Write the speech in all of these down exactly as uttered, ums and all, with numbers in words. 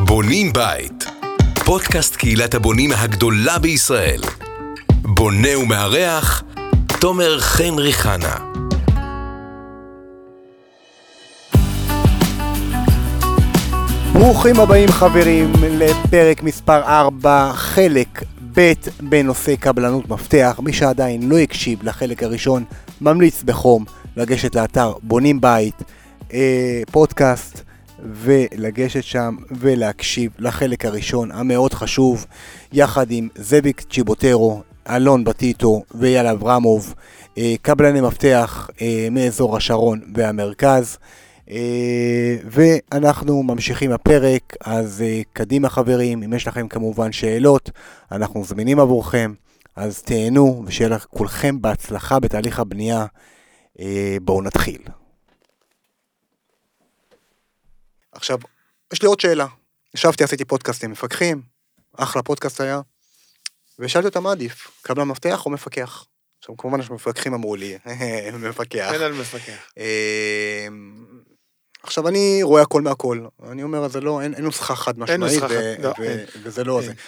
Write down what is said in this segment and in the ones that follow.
בונים בית, פודקאסט קהילת הבונים הגדולה בישראל. בונה ומארח תומר חן ריחנה. ברוכים הבאים חברים לפרק מספר ארבע, חלק ב' בנושא קבלנות מפתח. מי שעדיין לא הקשיב לחלק הראשון, ממליץ בחום לגשת לאתר בונים בית אה, פודקאסט ולגשת שם ולהקשיב לחלק הראשון המאוד חשוב, יחד עם זביק צ'יבוטרו, אלון בטיטו ויאל אברמוב, אה, קבלני מפתח אה, מאזור השרון והמרכז. Uh, ואנחנו ממשיכים הפרק, אז uh, קדימה חברים, אם יש לכם כמובן שאלות, אנחנו זמינים עבורכם, אז תהנו ושיהיה לך כולכם בהצלחה בתהליך הבנייה. uh, בואו נתחיל. עכשיו, יש לי עוד שאלה. ישבתי, עשיתי פודקאסט עם מפקחים, אחלה פודקאסט היה, ושאלתי אותם מה עדיף, קבלן מפתח או מפקח? עכשיו, כמובן שמפקחים אמרו לי, מפקח. אין על מפקח. Uh, עכשיו אני רואה הכל מהכל, אני אומר, זה לא, אין, אין נוסחה חד משמעית, ו- לא, ו- אין. וזה לא אין. זה.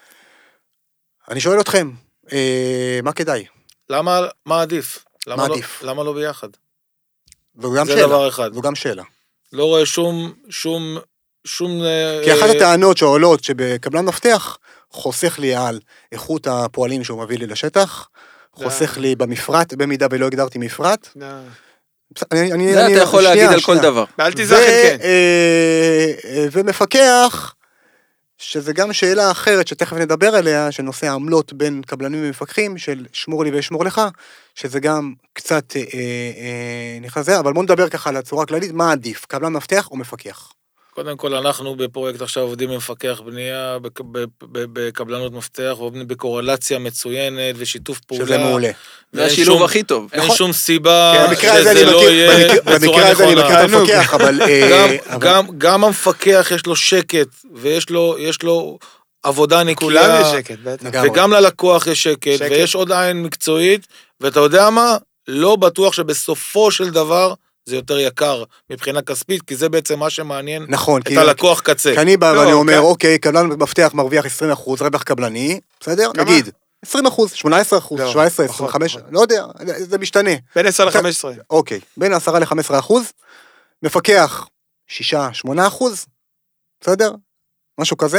אני שואל אתכם, אה, מה כדאי? למה, מה עדיף? למה מה לא, עדיף? למה לא ביחד? זו גם זה שאלה. דבר אחד. זו גם שאלה. לא רואה שום, שום, שום... כי אחת הטענות שעולות שבקבלן מפתח, חוסך לי על איכות הפועלים שהוא מביא לי לשטח, חוסך לי במפרט, במידה ולא הגדרתי מפרט. אני, אני, זה אני, אתה יכול שנייה, להגיד על שנייה. כל דבר. ואל תזרח כן. אה, אה, ומפקח, שזה גם שאלה אחרת שתכף נדבר עליה, שנושא העמלות בין קבלנים ומפקחים, של שמור לי וישמור לך, שזה גם קצת אה, אה, נכנס זה, אבל בואו נדבר ככה על הצורה הכללית, מה עדיף, קבלן מפתח או מפקח? קודם כל, אנחנו בפרויקט עכשיו עובדים עם מפקח בנייה, בק- ב- ב- בקבלנות מפתח, עובדים בקורלציה מצוינת ושיתוף פעולה. שזה מעולה. זה ואין השילוב שום- הכי טוב. אין נכון. שום סיבה במקרה הזה אני שזה לא מכיר, יהיה במקרה- במקרה בצורה הזה אני מכיר את נכונה. המפקח, אבל... אה, גם, אבל- גם, גם המפקח יש לו שקט, ויש לו, יש לו עבודה נקייה. כולם יש שקט, בטח. לגמרי. וגם ללקוח יש שקט, שקט. ויש עוד עין מקצועית, ואתה יודע מה? לא בטוח שבסופו של דבר זה יותר יקר מבחינה כספית, כי זה בעצם מה שמעניין נכון, את כי- הלקוח קצה. כי אני בא לא, ואני אומר, כן. אוקיי, קבלן מפתח מרוויח עשרים אחוז רווח קבלני, בסדר? כמה? נגיד, עשרים אחוז, שמונה עשרה אחוז, לא, שבע עשרה, פחות, עשרים וחמש, פחות. לא יודע, זה משתנה. בין עשר לחמש עשרה. אוקיי, בין עשרה ל-חמישה עשר אחוז, מפקח שישה, שמונה אחוז, בסדר? משהו כזה.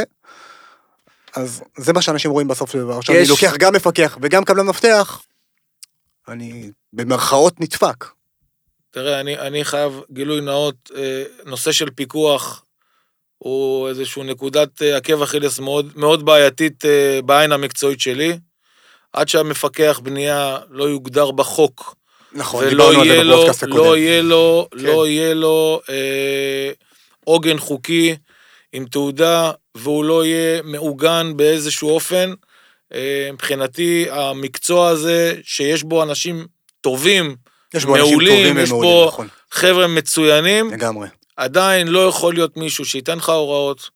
אז זה מה שאנשים רואים בסוף. עכשיו אני יש- לוקח גם מפקח וגם קבלן מפתח, אני במרכאות נדפק. תראה, אני, אני חייב גילוי נאות, אה, נושא של פיקוח, הוא איזשהו נקודת אה, עקב אכילס מאוד, מאוד בעייתית אה, בעין המקצועית שלי, עד שהמפקח בנייה לא יוגדר בחוק, נכון, ולא דיברנו על יהיה זה לו, בפודקאסט הקודם. לא יהיה לו, כן. לא יהיה לו אה, עוגן חוקי עם תעודה, והוא לא יהיה מעוגן באיזשהו אופן. אה, מבחינתי, המקצוע הזה, שיש בו אנשים טובים, יש בו אנשים מעולים, טובים יש ומעולים, בו נכון, חבר'ה מצוינים, לגמרי. עדיין לא יכול להיות מישהו שייתן לך הוראות,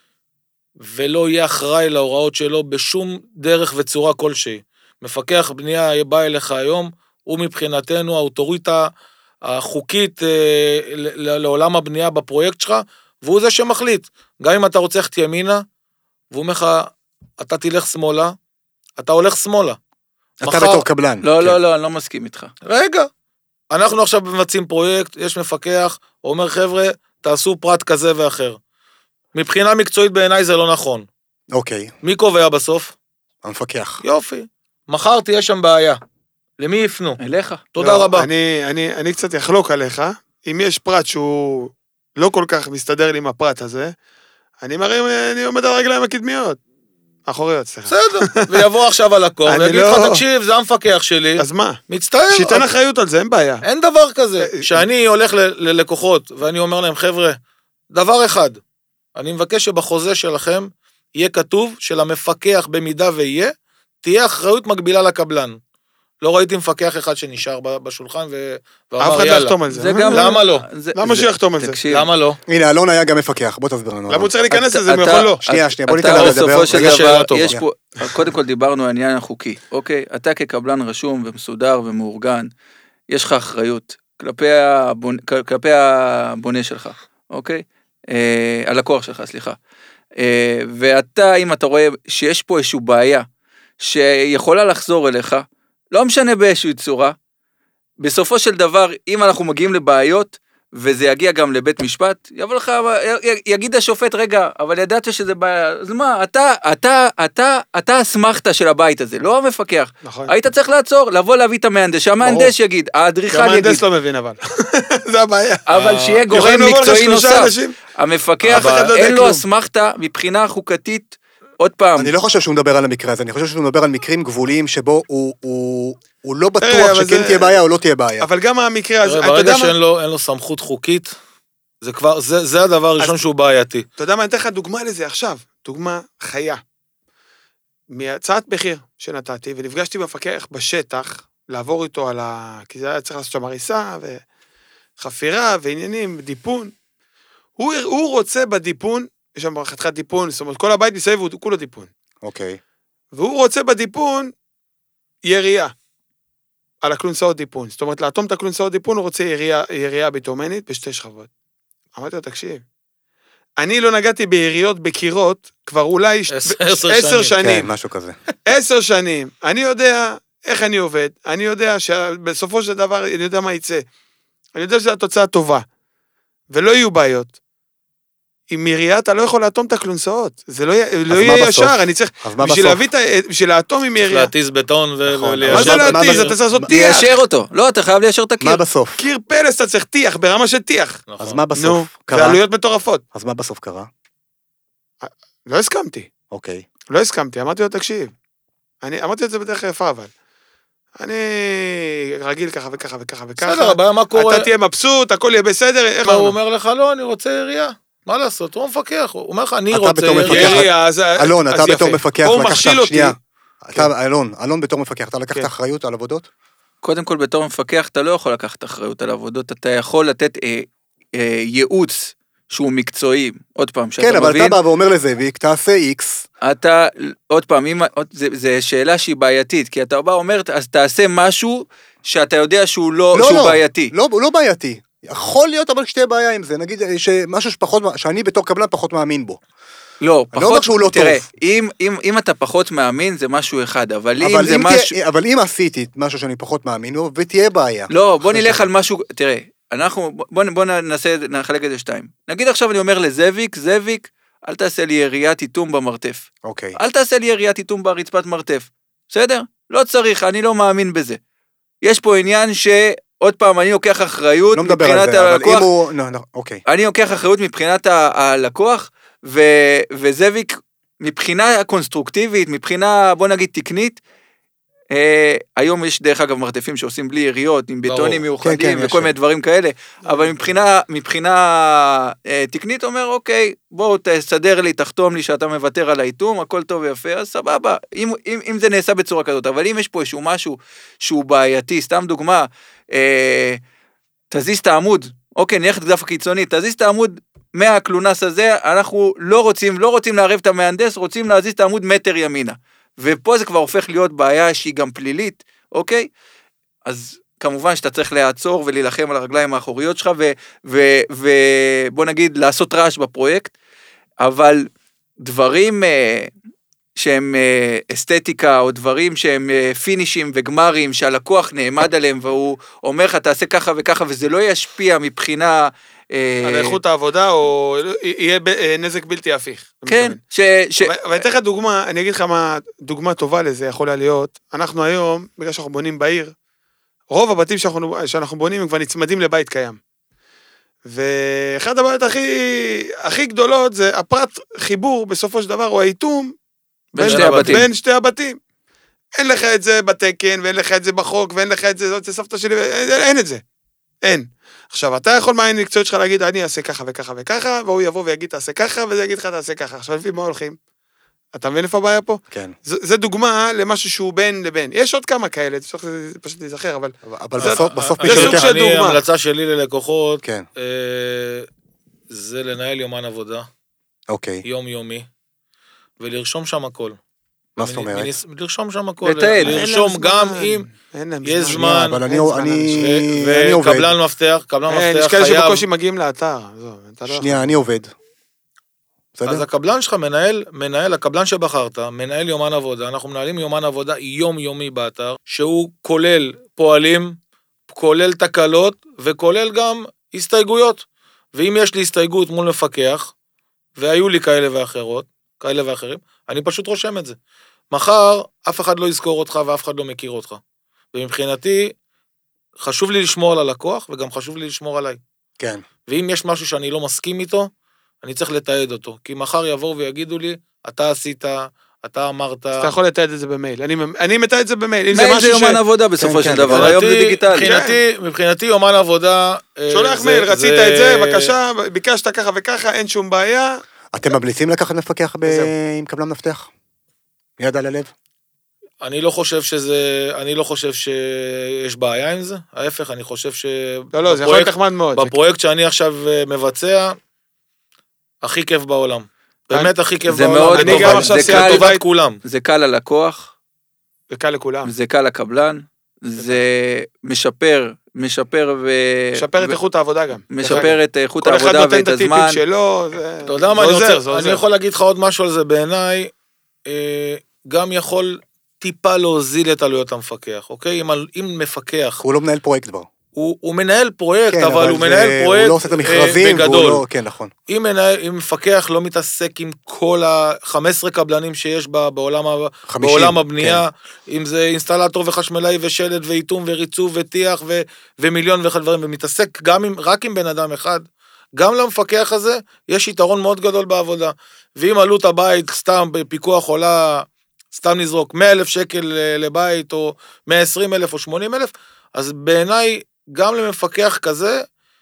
ולא יהיה אחראי להוראות שלו בשום דרך וצורה כלשהי. מפקח בנייה בא אליך היום, הוא מבחינתנו האוטוריטה החוקית אה, ל- ל- לעולם הבנייה בפרויקט שלך, והוא זה שמחליט. גם אם אתה רוצה ללכת ימינה, והוא אומר לך, אתה תלך שמאלה, אתה הולך שמאלה. אתה מחר- בתור קבלן. לא, כן. לא, לא, אני לא מסכים איתך. רגע, אנחנו עכשיו מבצעים פרויקט, יש מפקח, הוא אומר, חבר'ה, תעשו פרט כזה ואחר. מבחינה מקצועית בעיניי זה לא נכון. אוקיי, מי קובע בסוף? המפקח. יופי. מחר תהיה שם בעיה. למי יפנו? אליך. תודה לא, רבה. אני, אני, אני קצת אחלוק עליך. אם יש פרט שהוא לא כל כך מסתדר לי עם הפרט הזה, אני מרים, אני עומד על הרגליים הקדמיות. אחוריות, סליחה. בסדר. ויבוא עכשיו הלקוח, אני ויגיד לא- לך, תקשיב, זה המפקח שלי. אז מה? מצטער. שייתן אחריות על זה, אין בעיה. אין דבר כזה. שאני הולך ל- ללקוחות, ואני אומר להם, חבר'ה, דבר אחד, אני מבקש שבחוזה שלכם יהיה כתוב שלמפקח במידה ויהיה, תהיה אחריות מקבילה לקבלן. לא ראיתי מפקח אחד שנשאר ב- בשולחן ו- אף ואמר אחד לא יאללה. יחתום על זה. זה אה? גם... למה לא? זה- למה זה- שיחתום על זה? תקשיב. למה לא? הנה, אלון היה גם מפקח, בוא תסביר לנו. למה הוא צריך להיכנס אתה- לזה אם הוא אתה- יכול לא? שנייה, שנייה, בוא ניתן אתה לה לדבר. בסופו של רגע, שאלה דבר, טובה. יש פה, קודם כל דיברנו על העניין החוקי, אוקיי? אתה כקבלן רשום ומסודר ומאורגן, יש לך אחריות כלפי הבונה, כלפי הבונה שלך, אוקיי? אה, הלקוח שלך, סליחה. ואתה, אם אתה רואה שיש פה איזושהי בעיה, שיכולה לחזור אליך, לא משנה באיזושהי צורה, בסופו של דבר, אם אנחנו מגיעים לבעיות, וזה יגיע גם לבית משפט, יבוא לך, יגיד השופט, רגע, אבל ידעת שזה בעיה, אז מה, אתה, אתה, אתה, אתה הסמכת של הבית הזה, לא המפקח. נכון. היית צריך לעצור, לבוא להביא את המהנדס, שהמהנדס יגיד, האדריכל יגיד. שהמהנדס לא מבין אבל, זה הבעיה. אבל שיהיה גורם מקצועי נוסף. המפקח, אין לו הסמכתה מבחינה חוקתית, עוד פעם. אני לא חושב שהוא מדבר על המקרה הזה, אני חושב שהוא מדבר על מקרים גבוליים שבו הוא, הוא, הוא לא בטוח שכן תהיה בעיה או לא תהיה בעיה. אבל גם המקרה הזה, ברגע שאין לו, אין לו סמכות חוקית, זה כבר, זה, זה הדבר הראשון שהוא בעייתי. אתה יודע מה, אני אתן לך דוגמה לזה עכשיו, דוגמה חיה. מהצעת מחיר שנתתי, ונפגשתי במפקח בשטח, לעבור איתו על ה... כי זה היה צריך לעשות שם הריסה, וחפירה, ועניינים, דיפון. הוא, הוא רוצה בדיפון, יש שם חתיכת דיפון, זאת אומרת, כל הבית מסביב הוא כולו דיפון. אוקיי. והוא רוצה בדיפון ירייה, על הקלונסאות דיפון. זאת אומרת, לאטום את הקלונסאות דיפון, הוא רוצה ירייה, ירייה ביטומנית בשתי שכבות. אמרתי לו, תקשיב, אני לא נגעתי ביריות בקירות, כבר אולי עשר שנים. כן, משהו כזה. עשר שנים. אני יודע איך אני עובד, אני יודע שבסופו של דבר, אני יודע מה יצא. אני יודע שזו התוצאה טובה, ולא יהיו בעיות. עם ירייה אתה לא יכול לאטום את הקלונסאות, זה לא יהיה ישר, אני צריך, בשביל להביא, בשביל לאטום עם ירייה. להתיז בטון וליישר. מה זה להתיז? אתה צריך לעשות טיח. ליישר אותו, לא, אתה חייב ליישר את הקיר. מה בסוף? קיר פלס אתה צריך טיח, ברמה של טיח. אז מה בסוף נו, קרה? זה עלויות מטורפות. אז מה בסוף קרה? לא הסכמתי. אוקיי. לא הסכמתי, אמרתי לו, תקשיב. אני אמרתי את זה בדרך יפה, אבל. אני רגיל ככה וככה וככה וככה. בסדר, הבעיה מה קורה? אתה תהיה מבסוט, הכל יהיה בסדר. הוא אומר לך, לא, אני רוצה ירייה. מה לעשות? הוא מפקח, הוא אומר לך, אני רוצה ירייה. אלון, אתה בתור מפקח הוא מכשיל אותי. אלון, אלון בתור מפקח, אתה לקחת אחריות על עבודות? קודם כל, בתור מפקח, אתה לא יכול לקחת אחריות על עבודות, אתה יכול לתת ייעוץ שהוא מקצועי, עוד פעם, שאתה מבין. כן, אבל אתה בא ואומר לזאביק, תעשה איקס. אתה, עוד פעם, זו שאלה שהיא בעייתית, כי אתה בא ואומר, אז תעשה משהו שאתה יודע שהוא בעייתי. לא, הוא לא בעייתי. יכול להיות אבל שתהיה בעיה עם זה, נגיד שמשהו שפחות, שאני בתור קבלן פחות מאמין בו. לא, פחות, אני לא אומר שהוא לא תראה, טוב. אם, אם, אם אתה פחות מאמין זה משהו אחד, אבל, אבל אם זה אם משהו... תהיה, אבל אם עשיתי משהו שאני פחות מאמין בו, ותהיה בעיה. לא, בוא נלך על משהו, תראה, אנחנו, בוא, בוא ננסה, נחלק את זה שתיים. נגיד עכשיו אני אומר לזאביק, זאביק, אל תעשה לי יריית איתום במרתף. אוקיי. אל תעשה לי יריית איתום ברצפת מרתף. בסדר? לא צריך, אני לא מאמין בזה. יש פה עניין ש... עוד פעם, אני לוקח אחריות לא מדבר מבחינת על זה, הלקוח. אבל אם הוא... לא, לא, אוקיי. אני לוקח אחריות מבחינת הלקוח, ו... וזאביק, מבחינה קונסטרוקטיבית, מבחינה, בוא נגיד, תקנית, אה, היום יש דרך אגב מרתפים שעושים בלי יריות, עם בטונים מיוחדים, כן, כן, וכל מיני דברים כאלה, אבל מבחינה, מבחינה אה, תקנית אומר, אוקיי, בואו תסדר לי, תחתום לי שאתה מוותר על האיתום, הכל טוב ויפה, אז סבבה, אם, אם, אם זה נעשה בצורה כזאת, אבל אם יש פה איזשהו משהו שהוא בעייתי, סתם דוגמה, אה, תזיז את העמוד, אוקיי, נלך את דף הקיצוני, תזיז את העמוד מהקלונס הזה, אנחנו לא רוצים, לא רוצים לערב את המהנדס, רוצים להזיז את העמוד מטר ימינה. ופה זה כבר הופך להיות בעיה שהיא גם פלילית, אוקיי? אז כמובן שאתה צריך לעצור ולהילחם על הרגליים האחוריות שלך, ובוא נגיד לעשות רעש בפרויקט, אבל דברים אה, שהם אה, אסתטיקה, או דברים שהם אה, פינישים וגמרים, שהלקוח נעמד עליהם, והוא אומר לך, תעשה ככה וככה, וזה לא ישפיע מבחינה... על איכות העבודה, או יהיה נזק בלתי הפיך. כן. אבל אני אתן לך דוגמה, אני אגיד לך מה דוגמה טובה לזה יכולה להיות, אנחנו היום, בגלל שאנחנו בונים בעיר, רוב הבתים שאנחנו בונים הם כבר נצמדים לבית קיים. ואחת הבעיות הכי, הכי גדולות זה הפרט חיבור בסופו של דבר, או האיתום, בין שתי הבתים. בין שתי הבתים. אין לך את זה בתקן, ואין לך את זה בחוק, ואין לך את זה, זאת סבתא שלי, אין את זה. אין. עכשיו, אתה יכול מהעין מקצועית שלך להגיד, אני אעשה ככה וככה וככה, והוא יבוא ויגיד, תעשה ככה, וזה יגיד לך, תעשה ככה. עכשיו, לפי מה הולכים? אתה מבין איפה הבעיה פה? כן. זה דוגמה למשהו שהוא בין לבין. יש עוד כמה כאלה, צריך פשוט להיזכר, אבל... אבל בסוף מי שלוקח... אני, המלצה שלי ללקוחות, כן. זה לנהל יומן עבודה. אוקיי. יום יומי, ולרשום שם הכל. מה זאת אומרת? לרשום שם הכל. לרשום גם אם יש זמן. אבל אני עובד. וקבלן מפתח, קבלן מפתח חייב. יש כאלה שבקושי מגיעים לאתר. שנייה, אני עובד. בסדר? אז הקבלן שלך מנהל, מנהל, הקבלן שבחרת, מנהל יומן עבודה, אנחנו מנהלים יומן עבודה יום-יומי באתר, שהוא כולל פועלים, כולל תקלות, וכולל גם הסתייגויות. ואם יש לי הסתייגות מול מפקח, והיו לי כאלה ואחרות, כאלה ואחרים, אני פשוט רושם את זה. מחר, אף אחד לא יזכור אותך, ואף אחד לא מכיר אותך. ומבחינתי, חשוב לי לשמור על הלקוח, וגם חשוב לי לשמור עליי. כן. ואם יש משהו שאני לא מסכים איתו, אני צריך לתעד אותו. כי מחר יבואו ויגידו לי, אתה עשית, אתה אמרת... אז אתה יכול לתעד את זה במייל. אני, אני מתעד את זה במייל. אם זה מייל זה משהו ש... יומן עבודה בסופו כן, של כן. דבר, היום זה דיגיטלי. מבחינתי, מבחינתי יומן עבודה... אה, שולח זה- מייל, זה- רצית את זה, בבקשה, ביקשת ככה וככה, אין שום בעיה. אתם ממליצים לקחת מפקח ב- זהו. עם קבלן מפתח? יד על הלב? אני לא חושב שזה... אני לא חושב שיש בעיה עם זה. ההפך, אני חושב ש... לא, לא, זה יכול להיות נחמד מאוד. זה- בפרויקט שאני עכשיו אה, מבצע, הכי כיף בעולם. באמת הכי כיף זה בעולם. מאוד אני לטובת- גם עכשיו זה סיימתי קל- לטובת בית. כולם. זה קל ללקוח, זה קל לכולם. זה קל לקבלן, זה משפר, משפר ו... משפר את ו- איכות העבודה גם. משפר את איכות כל אחד העבודה נותן ואת את הטיפים הזמן. שלו. זה- אתה יודע זה מה אני עוזר, רוצה? זה אני עוזר. יכול להגיד לך עוד משהו על זה בעיניי, אה, גם יכול טיפה להוזיל את עלויות המפקח, אוקיי? אם, אם מפקח, הוא לא מנהל פרויקט כבר. הוא, הוא מנהל פרויקט, כן, אבל הוא זה- מנהל פרויקט הוא לא עושה את המכרזים, אה, והוא בגדול. לא... כן, נכון. אם, מנהל, אם מפקח לא מתעסק עם כל ה-חמישה עשר קבלנים שיש בה, בעולם, ה- חמישים, בעולם הבנייה, אם זה אינסטלטור וחשמלאי ושלד ואיתום וריצוב וטיח ו, ומיליון ואחד דברים, ומתעסק גם עם, רק עם בן אדם אחד, גם למפקח הזה יש יתרון מאוד גדול בעבודה. ואם עלות הבית סתם בפיקוח עולה, סתם נזרוק, מאה אלף שקל לבית, או מאה ועשרים אלף או שמונים אלף, אז בעיניי, גם למפקח כזה,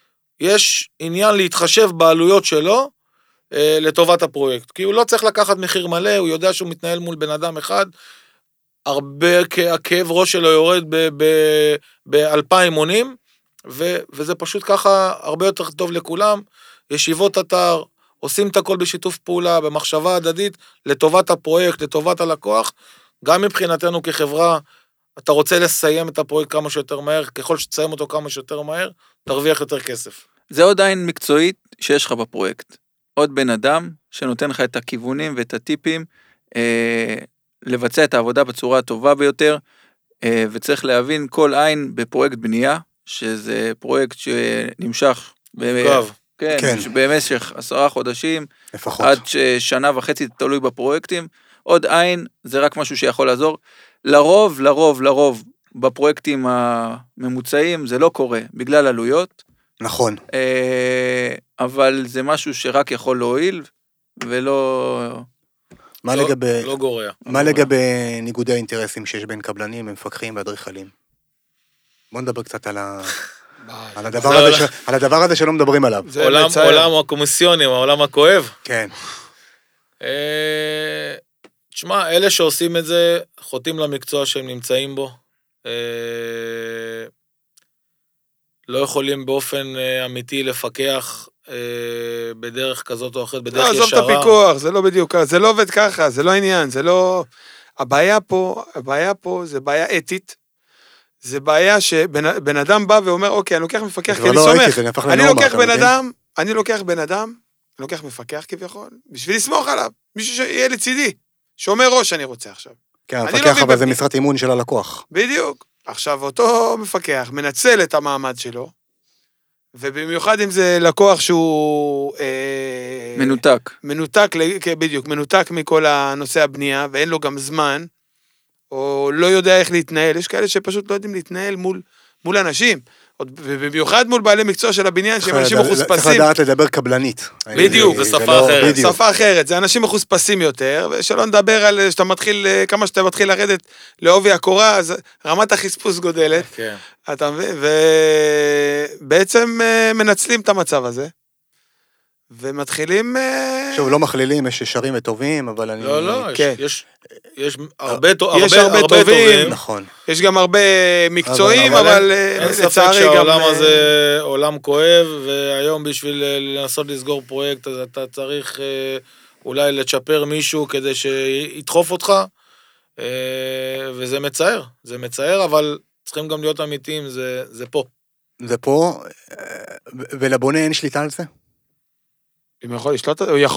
יש עניין להתחשב בעלויות שלו, אה, לטובת הפרויקט. כי הוא לא צריך לקחת מחיר מלא, הוא יודע שהוא מתנהל מול בן אדם אחד, הרבה, הכאב ראש שלו יורד באלפיים מונים, ו, וזה פשוט ככה הרבה יותר טוב לכולם. ישיבות אתר, עושים את הכל בשיתוף פעולה, במחשבה הדדית, לטובת הפרויקט, לטובת הלקוח, גם מבחינתנו כחברה, אתה רוצה לסיים את הפרויקט כמה שיותר מהר, ככל שתסיים אותו כמה שיותר מהר, תרוויח יותר כסף. זה עוד עין מקצועית שיש לך בפרויקט. עוד בן אדם שנותן לך את הכיוונים ואת הטיפים, אה, לבצע את העבודה בצורה הטובה ביותר, אה, וצריך להבין כל עין בפרויקט בנייה, שזה פרויקט שנמשך, גב. כן, כן. במשך עשרה חודשים, לפחות. עד ששנה וחצי תלוי בפרויקטים, עוד עין זה רק משהו שיכול לעזור. לרוב, לרוב, לרוב, בפרויקטים הממוצעים זה לא קורה, בגלל עלויות, נכון. אה, אבל זה משהו שרק יכול להועיל, ולא... מה לא, לגבי... לא גורע. מה לגבי ניגודי האינטרסים שיש בין קבלנים, מפקחים ואדריכלים? בוא נדבר קצת על ה... על הדבר זה הזה הולך- ש- על הדבר הזה שלא מדברים עליו. זה עולם, מצער. עולם הקומיסיונים, העולם הכואב. כן. אה, תשמע, אלה שעושים את זה, חוטאים למקצוע שהם נמצאים בו. אה, לא יכולים באופן אה, אמיתי לפקח אה, בדרך כזאת או אחרת, בדרך לא, עזוב את ישרה. הפיקוח, זה לא בדיוק ככה, זה לא עובד ככה, זה לא העניין, זה לא... הבעיה פה, הבעיה פה זה בעיה אתית, זה בעיה שבן בן אדם בא ואומר, אוקיי, אני לוקח מפקח, זה כי כבר אני לא סומך. ראיתי, זה נהפך אני לנורמה, לוקח אתה בן מבין? אדם, אני לוקח בן אדם, אני לוקח מפקח כביכול, בשביל לסמוך עליו, מישהו שיהיה לצידי, שאומר ראש אני רוצה עכשיו. כן, אני לא המפקח מבין אבל זה בפנים. משרת אימון של הלקוח. בדיוק. עכשיו, אותו מפקח מנצל את המעמד שלו, ובמיוחד אם זה לקוח שהוא... אה, מנותק. מנותק, ל- כן, בדיוק, מנותק מכל הנושא הבנייה, ואין לו גם זמן, או לא יודע איך להתנהל. יש כאלה שפשוט לא יודעים להתנהל מול, מול אנשים, עוד- ובמיוחד מול בעלי מקצוע של הבניין, שהם אנשים צריך מחוספסים. לדעת לדבר קבלנית. בדיוק, זה זה שפה לא- אחרת. בדיוק. שפה אחרת, זה אנשים מחוספסים יותר, ושלא נדבר על שאתה מתחיל, כמה שאתה מתחיל לרדת לעובי הקורה, אז רמת החספוס גודלת, כן. אתה מבין? ובעצם אה, מנצלים את המצב הזה, ומתחילים... אה, שוב, לא מכלילים, יש ישרים וטובים, אבל אני... לא, לא, יש- כן. יש, יש הרבה, טוב- יש הרבה, הרבה הרבה טובים. טובים. נכון. יש גם הרבה מקצועים, אבל- אבל, אבל אה, אין ספק לצערי גם... שהעולם אה, הזה עולם כואב, והיום בשביל אה, לנסות לסגור פרויקט, אז אתה צריך אה, אולי לצ'פר מישהו כדי שידחוף אותך, אה, וזה מצער, זה מצער, אבל צריכים גם להיות אמיתיים, זה, זה פה. זה פה, אה, ולבונה אין שליטה על זה? אם הוא יכול לשלוט, הוא יכול.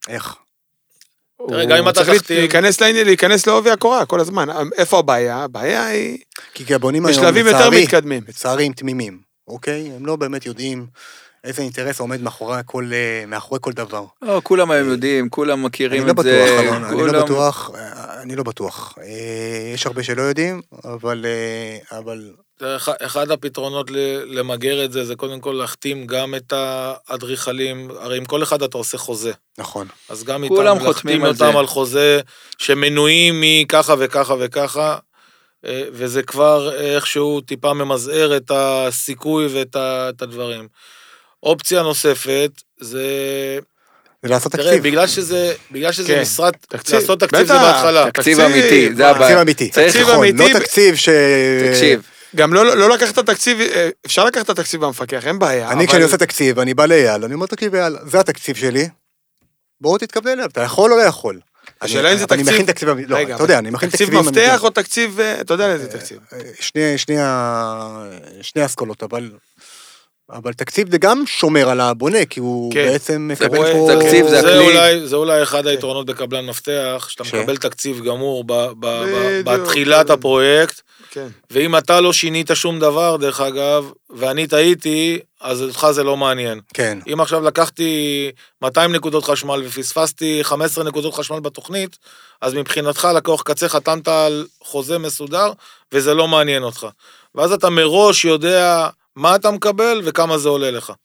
איך? תראה, גם אם אתה צריך תחתים- להיכנס לעניין, להיכנס לעובי הקורה כל הזמן. איפה הבעיה? הבעיה היא כי הבונים היום, בשלבים יותר לצערי, מתקדמים. לצערי הם תמימים, אוקיי? הם לא באמת יודעים איזה אינטרס עומד מאחורי כל, אה, מאחורי כל דבר. לא, כולם היום יודעים, כולם מכירים אני לא את זה. בטוח, אלון, אני לא כולם- בטוח, אה, אני לא בטוח. אה, יש הרבה שלא יודעים, אבל, אה, אבל זה אחד- אחד הפתרונות ל- למגר את זה, זה קודם כל להחתים גם את האדריכלים, הרי עם כל אחד אתה עושה חוזה. נכון. אז גם כולם איתם חותמים להחתים על אותם זה. על חוזה שמנויים מככה וככה וככה, אה, וזה כבר איכשהו טיפה ממזער את הסיכוי ואת ה- את הדברים. אופציה נוספת זה, זה לעשות תראה, תקציב. בגלל שזה, בגלל שזה כן, משרד, תקציב, לעשות תקציב זה בטח. בהתחלה. תקציב תקציב, אמיתי, זה מה? הבעיה. תקציב אמיתי. צריך- תקציב נכון, אמיתי, לא תקציב ש... תקשיב, גם לא, לא לקחת את התקציב, אה, אפשר לקחת את התקציב במפקח, אין בעיה. אני אבל- כשאני עושה תקציב, אני בא לאייל, אני אומר, תקשיב אייל, זה התקציב שלי, בואו תתקבל אליו, אתה יכול או לא יכול? השאלה אם זה אני תקציב- מכין תקציב, לא, רגע, אתה יודע, אני מכין תקציב תקציבים מפתח או תקציב, אה, אתה יודע לאיזה תקציב. שני, שני, ה- שני אסכולות, אבל, אבל תקציב זה גם שומר על הבונה, כי הוא כן. בעצם זה מקבל רואה, פה... תקציב זה זה הכלי. אולי, זה אולי אחד היתרונות בקבלן מפתח, שאתה ש? מקבל תקציב גמור ב- ב- ב- בדיוק. בתחילת הפרויקט, כן. ואם אתה לא שינית שום דבר, דרך אגב, ואני טעיתי, אז אותך זה לא מעניין. כן, אם עכשיו לקחתי מאתיים נקודות חשמל ופספסתי חמש עשרה נקודות חשמל בתוכנית, אז מבחינתך לקוח קצה חתמת על חוזה מסודר, וזה לא מעניין אותך. ואז אתה מראש יודע מה אתה מקבל וכמה זה עולה לך.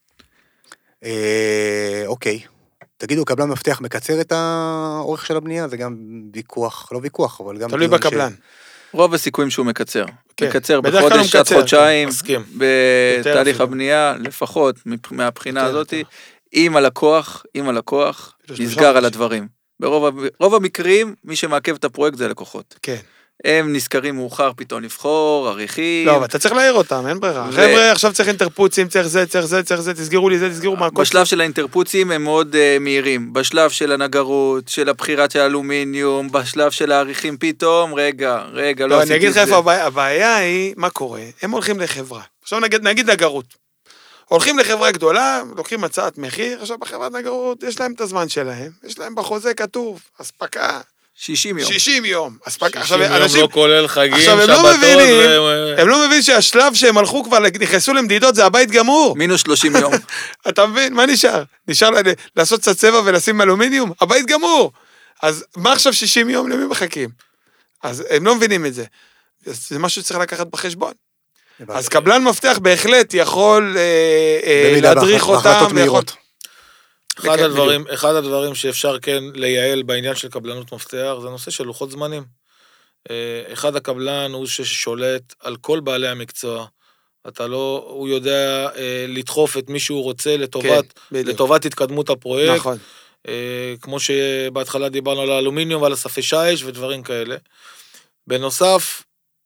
אה, אוקיי. תגידו, קבלן מפתח מקצר את האורך של הבנייה? זה גם ויכוח, לא ויכוח, אבל גם... תלוי דיון ש- בקבלן. רוב הסיכויים שהוא מקצר. כן. מקצר בדרך כלל הוא בחודש עד מקצר, חודשיים, מסכים. בתהליך אפילו. הבנייה, לפחות מבח- מהבחינה יותר, הזאת, יותר. עם הלקוח, עם הלקוח, שלושה נסגר על חודשים. הדברים. ברוב ה- רוב המקרים, מי שמעכב את הפרויקט זה הלקוחות. כן. הם נזכרים מאוחר פתאום לבחור, עריכים. לא, אבל אתה צריך להעיר אותם, אין ברירה. ו- חבר'ה, עכשיו צריך אינטרפוצים, צריך זה, צריך זה, צריך זה, תסגרו לי זה, תסגרו מה... בשלב של האינטרפוצים הם מאוד uh, מהירים, בשלב של הנגרות, של הבחירת של האלומיניום, בשלב של העריכים פתאום, רגע, רגע, לא לא, עשיתי אני את זה. אגיד לך איפה הבעיה, הבעיה היא, מה קורה? הם הולכים לחברה. עכשיו נגיד, נגיד נגרות. הולכים לחברה גדולה, לוקחים הצעת מחיר, עכשיו בחברת נגרות, יש להם את הזמן שלהם, יש להם בחוזה כתוב, אספקה, שישים יום. שישים יום, אספקה. עכשיו, שישים יום אנשים, לא כולל חגים, עכשיו, הם לא שבתות, מבינים, ו- הם לא מבינים שהשלב שהם הלכו כבר, נכנסו למדידות, זה הבית גמור. מינוס שלושים יום. אתה מבין? מה נשאר? נשאר לה- לעשות קצת צבע ולשים אלומיניום? הבית גמור. אז מה עכשיו שישים יום? למי מחכים? אז הם לא מבינים את זה. זה משהו שצריך לקחת בחשבון. אז קבלן מפתח בהחלט יכול אה, אה, במידה להדריך בהח- אותם. בהחלטות ויכול- מהירות. אחד כן, הדברים, אחד הדברים שאפשר כן לייעל בעניין של קבלנות מפתח, זה נושא של לוחות זמנים. אה, אחד הקבלן הוא ששולט על כל בעלי המקצוע. אתה לא, הוא יודע אה, לדחוף את מי שהוא רוצה לטובת, כן, בדיוק. לטובת התקדמות הפרויקט. נכון. אה, כמו שבהתחלה דיברנו על האלומיניום ועל הספי שיש ודברים כאלה. בנוסף,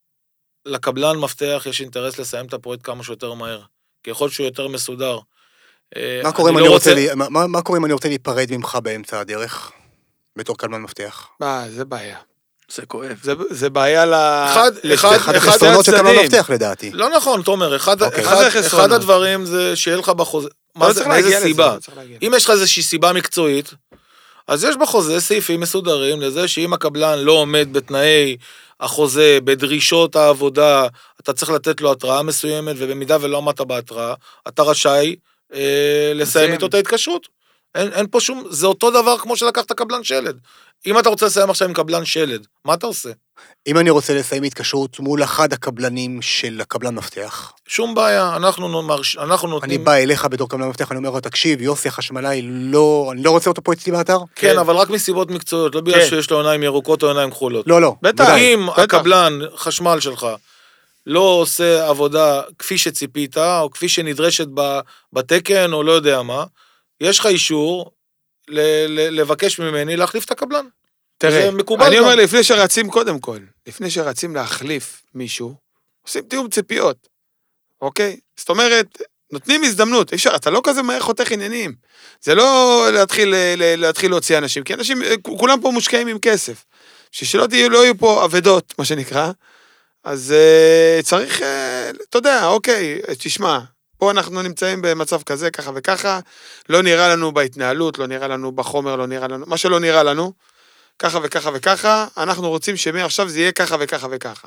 לקבלן מפתח יש אינטרס לסיים את הפרויקט כמה שיותר מהר. ככל שהוא יותר מסודר. אה, מה קורה אם לא אני רוצה לי- מה- מה מה קורה אם אני רוצה להיפרד ממך באמצע הדרך? בתור קבלן מפתח. מה, זה בעיה. זה כואב. זה, זה בעיה ל... אחד- לשני- אחד- אחד אחד החסרונות של קבלן הצדדים. מפתח לדעתי. לא נכון, תומר, אחד, אוקיי. אחד, מה זה אחד חסרונות? הדברים זה שיהיה לך בחוזה, אתה מה לא זה, צריך מאיזה להגיע לזה, סיבה? לא צריך להגיע לזה. אם יש לך איזושהי סיבה מקצועית, אז יש בחוזה סעיפים מסודרים לזה שאם הקבלן לא עומד בתנאי החוזה, בדרישות העבודה, אתה צריך לתת לו התראה מסוימת, ובמידה ולא עמדת בהתראה, אתה רשאי אה, לסיים לסיים. איתו את ההתקשרות. אין, אין פה שום, זה אותו דבר כמו שלקחת קבלן שלד. אם אתה רוצה לסיים עכשיו עם קבלן שלד, מה אתה עושה? אם אני רוצה לסיים התקשרות מול אחד הקבלנים של הקבלן מפתח, שום בעיה, אנחנו, מרש, אנחנו אני נותנים... בא אליך בתור קבלן מפתח, אני אומר לו, תקשיב, יוסי החשמלאי, לא, אני לא רוצה אותו פה אצלי באתר? כן, אבל רק מסיבות מקצועיות, לא בגלל כן. שיש לו עיניים ירוקות או עיניים כחולות. לא, לא. בטח. ודאי. אם בטח. הקבלן חשמל שלך לא עושה עבודה כפי שציפית, או כפי שנדרשת ב- בתקן, או לא יודע מה, יש לך אישור ל- ל- לבקש ממני להחליף את הקבלן. תראה, זה מקובל אני גם. אומר, לפני שרצים, קודם כל, לפני שרצים להחליף מישהו, עושים תיאום ציפיות, אוקיי? זאת אומרת, נותנים הזדמנות, אי אפשר, אתה לא כזה מהר חותך עניינים. זה לא להתחיל, ל- להתחיל להוציא אנשים, כי אנשים, כולם פה מושקעים עם כסף. שלא תהיו, לא יהיו פה עבדות, מה שנקרא, אז uh, צריך, uh, אתה יודע, אוקיי, תשמע, פה אנחנו נמצאים במצב כזה, ככה וככה, לא נראה לנו בהתנהלות, לא נראה לנו בחומר, לא נראה לנו, מה שלא נראה לנו, ככה וככה וככה, אנחנו רוצים שמעכשיו זה יהיה ככה וככה וככה.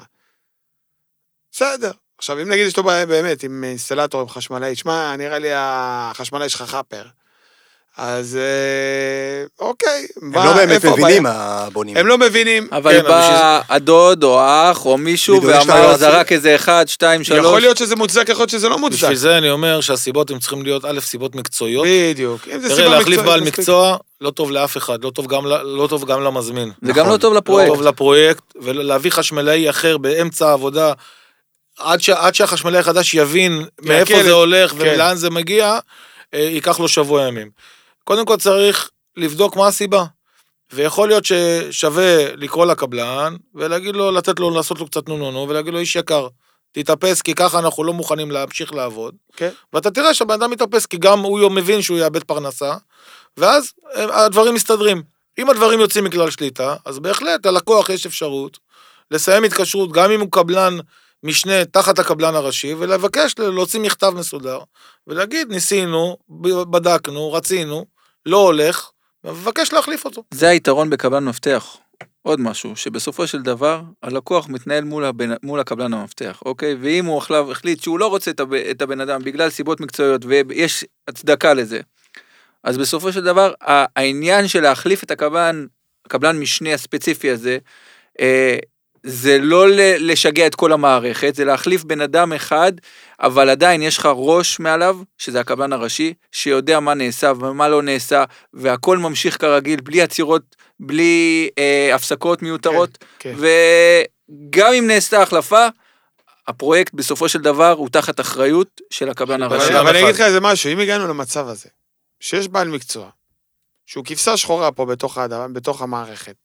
בסדר. עכשיו, אם נגיד יש לו בעיה באמת, עם אינסטלטור, עם חשמלאי, שמה, נראה לי החשמלאי שלך חפר. אז אוקיי. הם לא באמת מבינים הבונים. הם לא מבינים. אבל בא הדוד או האח או מישהו ואמר זרק איזה אחד, שתיים, שלוש. יכול להיות שזה מוצדק, יכול להיות שזה לא מוצדק. בשביל זה אני אומר שהסיבות הם צריכים להיות א', סיבות מקצועיות. בדיוק. תראה, להחליף בעל מקצוע לא טוב לאף אחד, לא טוב גם למזמין. זה גם לא טוב לפרויקט. לא טוב לפרויקט, ולהביא חשמלאי אחר באמצע העבודה, עד שהחשמלאי החדש יבין מאיפה זה הולך ולאן זה מגיע, ייקח לו שבוע ימים. קודם כל צריך לבדוק מה הסיבה, ויכול להיות ששווה לקרוא לקבלן, ולהגיד לו, לתת לו, לעשות לו קצת נונונו, ולהגיד לו, איש יקר, תתאפס, כי ככה אנחנו לא מוכנים להמשיך לעבוד, okay. ואתה תראה שהבן אדם מתאפס, כי גם הוא מבין שהוא יאבד פרנסה, ואז הדברים מסתדרים. אם הדברים יוצאים מכלל שליטה, אז בהחלט, הלקוח יש אפשרות, לסיים התקשרות, גם אם הוא קבלן משנה תחת הקבלן הראשי, ולבקש להוציא מכתב מסודר, ולהגיד, ניסינו, בדקנו, רצינו, לא הולך, ומבקש להחליף אותו. זה היתרון בקבלן מפתח. עוד משהו, שבסופו של דבר, הלקוח מתנהל מול, הבן, מול הקבלן המפתח, אוקיי? ואם הוא החלב, החליט שהוא לא רוצה את, הב, את הבן אדם, בגלל סיבות מקצועיות, ויש הצדקה לזה, אז בסופו של דבר, העניין של להחליף את הקבלן, הקבלן משנה הספציפי הזה, אה, זה לא לשגע את כל המערכת, זה להחליף בן אדם אחד, אבל עדיין יש לך ראש מעליו, שזה הקבלן הראשי, שיודע מה נעשה ומה לא נעשה, והכל ממשיך כרגיל, בלי עצירות, בלי אה, הפסקות מיותרות, כן, כן. וגם אם נעשתה החלפה, הפרויקט בסופו של דבר הוא תחת אחריות של הקבלן הראשי. אבל אני אגיד לך איזה משהו, אם הגענו למצב הזה, שיש בעל מקצוע, שהוא כבשה שחורה פה בתוך, האדם, בתוך המערכת,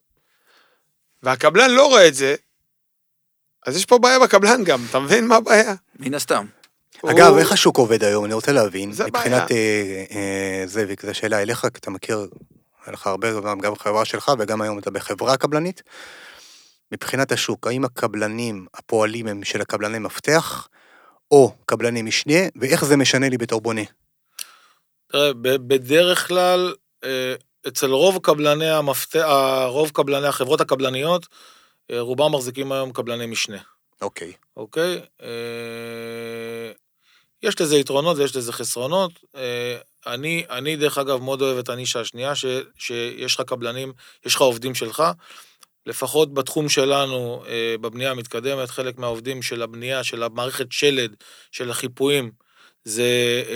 והקבלן לא רואה את זה, אז יש פה בעיה בקבלן גם, אתה מבין מה הבעיה? מן הסתם. אגב, איך השוק עובד היום? אני רוצה להבין, מבחינת זאביק, זו שאלה אליך, כי אתה מכיר, היה לך הרבה, גם בחברה שלך, וגם היום אתה בחברה קבלנית. מבחינת השוק, האם הקבלנים, הפועלים הם של הקבלני מפתח, או קבלני משנה, ואיך זה משנה לי בתור בונה? תראה, בדרך כלל, אצל רוב קבלני המפתח, רוב קבלני החברות הקבלניות, רובם מחזיקים היום קבלני משנה. אוקיי. אוקיי? יש לזה יתרונות ויש לזה חסרונות. אני, אני דרך אגב מאוד אוהב את הנישה השנייה, ש, שיש לך קבלנים, יש לך עובדים שלך, לפחות בתחום שלנו, בבנייה המתקדמת, חלק מהעובדים של הבנייה, של המערכת שלד, של החיפויים, זה,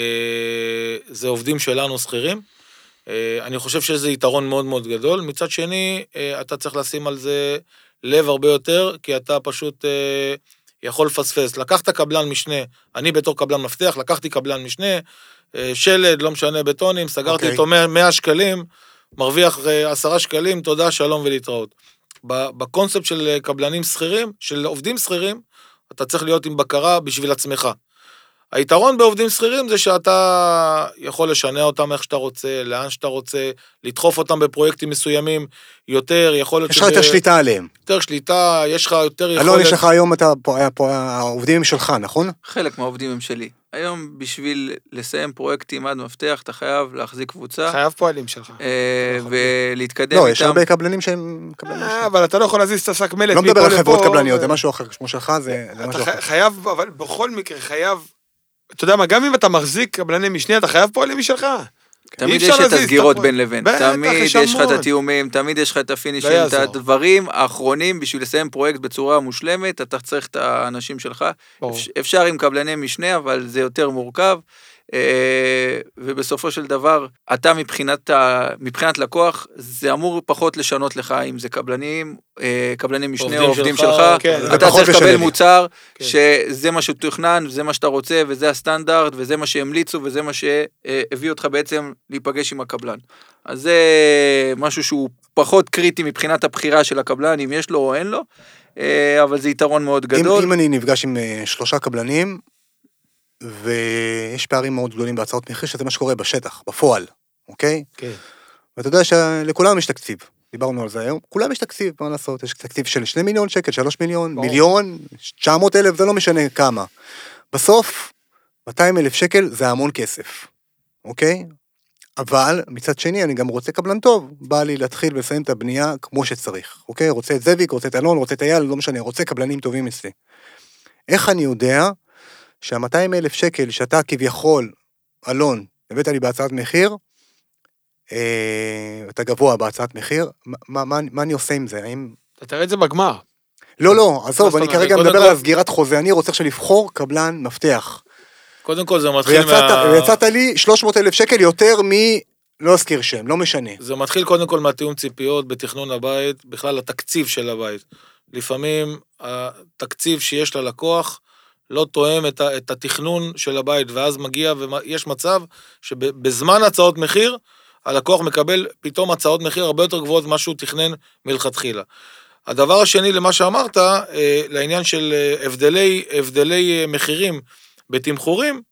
זה עובדים שלנו שכירים. אני חושב שזה יתרון מאוד מאוד גדול. מצד שני, אתה צריך לשים על זה לב הרבה יותר, כי אתה פשוט יכול לפספס. לקחת קבלן משנה, אני בתור קבלן מפתח, לקחתי קבלן משנה, שלד, לא משנה בטונים, סגרתי אותו מאה שקלים, מרוויח עשרה שקלים, תודה, שלום ולהתראות. בקונספט של קבלנים שכירים, של עובדים שכירים, אתה צריך להיות עם בקרה בשביל עצמך. היתרון בעובדים שכירים זה שאתה יכול לשנע אותם איך שאתה רוצה, לאן שאתה רוצה, לדחוף אותם בפרויקטים מסוימים יותר, יכול להיות יש לך יותר שליטה עליהם. יותר שליטה, יש לך יותר יכולת... אלון, יש לך היום, העובדים הם שלך, נכון? חלק מהעובדים הם שלי. היום בשביל לסיים פרויקטים עד מפתח, אתה חייב להחזיק קבוצה. חייב פועלים שלך. ולהתקדם איתם. לא, יש הרבה קבלנים שהם קבלנים שלך. אבל אתה לא יכול להזיז את השק מלט. לא מדבר על חברות קבלניות, זה משהו אחר, כמו שלך, זה משהו אחר. חייב, אבל בכל מקרה חייב, אתה יודע מה, גם אם אתה מחזיק קבלני משנה, אתה חייב פועלים משלך. תמיד יש את הסגירות בין לבין, תמיד יש לך את התיאומים, תמיד יש לך את הפינישים, את הדברים האחרונים, בשביל לסיים פרויקט בצורה מושלמת, אתה צריך את האנשים שלך, אפשר עם קבלני משנה, אבל זה יותר מורכב, ובסופו של דבר, אתה מבחינת, מבחינת לקוח, זה אמור פחות לשנות לך, אם זה קבלנים, קבלנים משנה או עובדים שלך, אתה צריך לקבל מוצר, שזה מה שתוכנן, זה מה שאתה רוצה, וזה הסטנדרט, וזה מה שהמליצו, וזה מה שהביא אותך בעצם להיפגש עם הקבלן. אז זה משהו שהוא פחות קריטי מבחינת הבחירה של הקבלן, אם יש לו או אין לו, אבל זה יתרון מאוד גדול. אם אני נפגש עם שלושה קבלנים, ויש פערים מאוד גדולים בהצעות מחיר, שזה מה שקורה בשטח, בפועל, אוקיי? כן. ואתה יודע שלכולם יש תקציב, דיברנו על זה היום, כולם יש תקציב, מה לעשות? יש תקציב של שני מיליון שקל, שלוש מיליון, מיליון, תשע מאות אלף, זה לא משנה כמה. בסוף, מאתיים אלף שקל זה המון כסף, אוקיי? אבל מצד שני אני גם רוצה קבלן טוב, בא לי להתחיל ולסיים את הבנייה כמו שצריך, אוקיי? רוצה את זאביק, רוצה את אלון, רוצה את אייל, לא משנה, רוצה קבלנים טובים אצלי. איך אני יודע שה-מאתיים אלף שקל שאתה כביכול, אלון, הבאת לי בהצעת מחיר, אה, אתה גבוה בהצעת מחיר, מה, מה, מה אני עושה עם זה? האם... אתה תראה את זה בגמר. לא, לא, עזוב, אני כרגע מדבר כל... על סגירת חוזה, אני רוצה עכשיו לבחור קבלן מפתח. קודם כל זה מתחיל ויצאת, מה... ויצאת לי שלוש מאות אלף שקל יותר מ... לא אזכיר שם, לא משנה. זה מתחיל קודם כל מהתיאום ציפיות בתכנון הבית, בכלל התקציב של הבית. לפעמים התקציב שיש ללקוח לא תואם את, ה, את התכנון של הבית, ואז מגיע ויש מצב שבזמן הצעות מחיר, הלקוח מקבל פתאום הצעות מחיר הרבה יותר גבוהות ממה שהוא תכנן מלכתחילה. הדבר השני למה שאמרת, לעניין של הבדלי, הבדלי מחירים בתמחורים,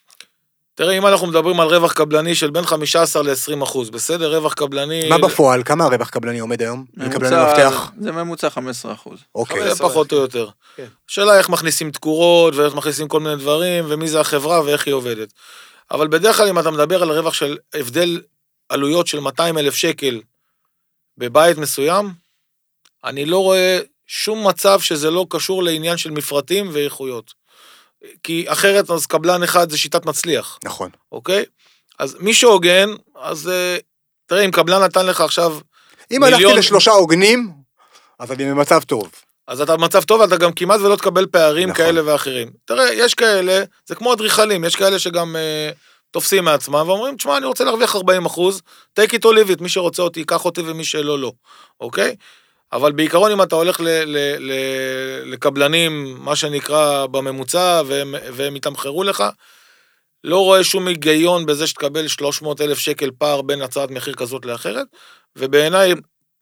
תראה, אם אנחנו מדברים על רווח קבלני של בין חמישה עשר ל-עשרים אחוז, בסדר, רווח קבלני... מה בפועל? כמה הרווח קבלני עומד היום? ממוצע, זה ממוצע חמישה עשר אחוז. אוקיי. זה פחות או יותר. השאלה איך מכניסים תקורות, ואיך מכניסים כל מיני דברים, ומי זה החברה ואיך היא עובדת. אבל בדרך כלל אם אתה מדבר על רווח של הבדל עלויות של מאתיים אלף שקל בבית מסוים, אני לא רואה שום מצב שזה לא קשור לעניין של מפרטים ואיכויות. כי אחרת אז קבלן אחד זה שיטת מצליח. נכון. אוקיי? אז מי שהוגן, אז תראה, אם קבלן נתן לך עכשיו אם הלכתי לשלושה הוגנים, אז אני במצב טוב. אז אתה במצב טוב, אתה גם כמעט ולא תקבל פערים כאלה ואחרים. תראה, יש כאלה, זה כמו אדריכלים, יש כאלה שגם אה, תופסים מעצמם, ואומרים, תשמע, אני רוצה להרוויח ארבעים אחוז, take it or leave it, מי שרוצה אותי, ייקח אותי ומי שלא, לא. אוקיי? אבל בעיקרון אם אתה הולך ל- ל- ל- לקבלנים, מה שנקרא בממוצע, והם, והם יתמחרו לך, לא רואה שום היגיון בזה שתקבל שלוש מאות אלף שקל פער בין הצעת מחיר כזאת לאחרת, ובעיניי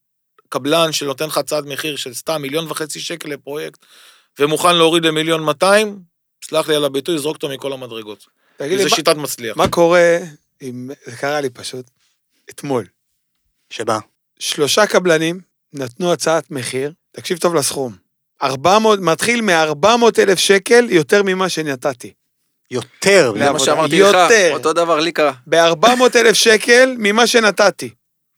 קבלן שנותן לך הצעת מחיר של סתם מיליון וחצי שקל לפרויקט, ומוכן להוריד למיליון מאתיים, סלח לי על הביטוי, זרוק אותו מכל המדרגות. כי זה שיטת מצליח. מה קורה, אם, זה קרה לי פשוט, אתמול. שבה? שלושה קבלנים נתנו הצעת מחיר, תקשיב טוב לסכום, ארבע מאות, מתחיל מ-ארבע מאות אלף שקל יותר ממה שנתתי. יותר. זה מה שאמרתי לך, אותו דבר לי קרה. ב-ארבע מאות אלף שקל ממה שנתתי.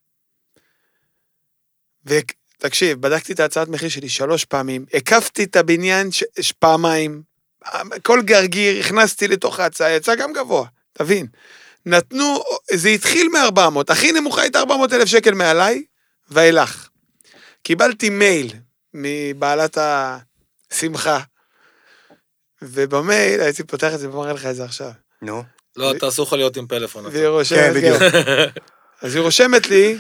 ותקשיב, בדקתי את הצעת מחיר שלי שלוש פעמים, הקפתי את הבניין ש... פעמיים, כל גרגיר, הכנסתי לתוך ההצעה, יצא גם גבוה, תבין. נתנו, זה התחיל מ-ארבע מאות, הכי נמוכה הייתה ארבע מאות אלף שקל מעליי, ואילך. קיבלתי מייל מבעלת השמחה, ובמייל, הייתי פותח את זה ומראה לך את זה עכשיו. נו. לא, תעשו לך להיות עם פלאפון. והיא רושמת, אז היא רושמת לי,